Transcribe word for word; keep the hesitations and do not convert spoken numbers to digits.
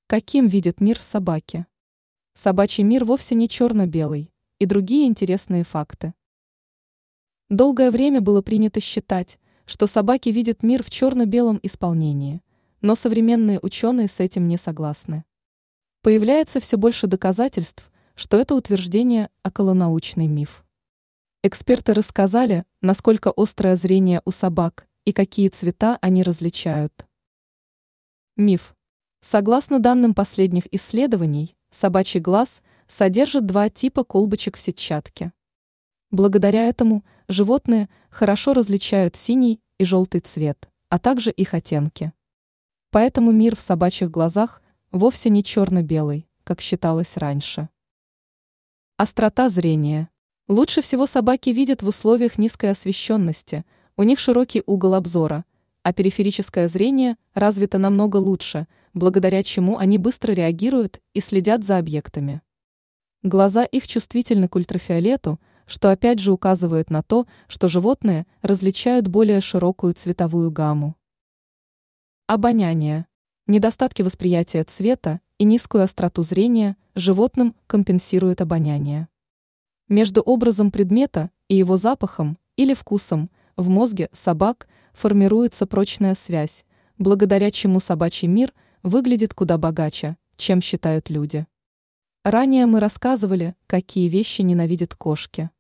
Каким видит мир собаки? Собачий мир вовсе не черно-белый. И другие интересные факты. Долгое время было принято считать, что собаки видят мир в черно-белом исполнении, но современные ученые с этим не согласны. Появляется все больше доказательств, что это утверждение околонаучный миф. Эксперты рассказали, насколько острое зрение у собак и какие цвета они различают. Миф. Согласно данным последних исследований, собачий глаз содержит два типа колбочек в сетчатке. Благодаря этому животные хорошо различают синий и желтый цвет, а также их оттенки. Поэтому мир в собачьих глазах вовсе не черно-белый, как считалось раньше. Острота зрения. Лучше всего собаки видят в условиях низкой освещенности, у них широкий угол обзора, а периферическое зрение развито намного лучше, благодаря чему они быстро реагируют и следят за объектами. Глаза их чувствительны к ультрафиолету, что опять же указывает на то, что животные различают более широкую цветовую гамму. Обоняние. Недостатки восприятия цвета и низкую остроту зрения животным компенсирует обоняние. Между образом предмета и его запахом или вкусом в мозге собак формируется прочная связь, благодаря чему собачий мир выглядит куда богаче, чем считают люди. Ранее мы рассказывали, какие вещи ненавидят кошки.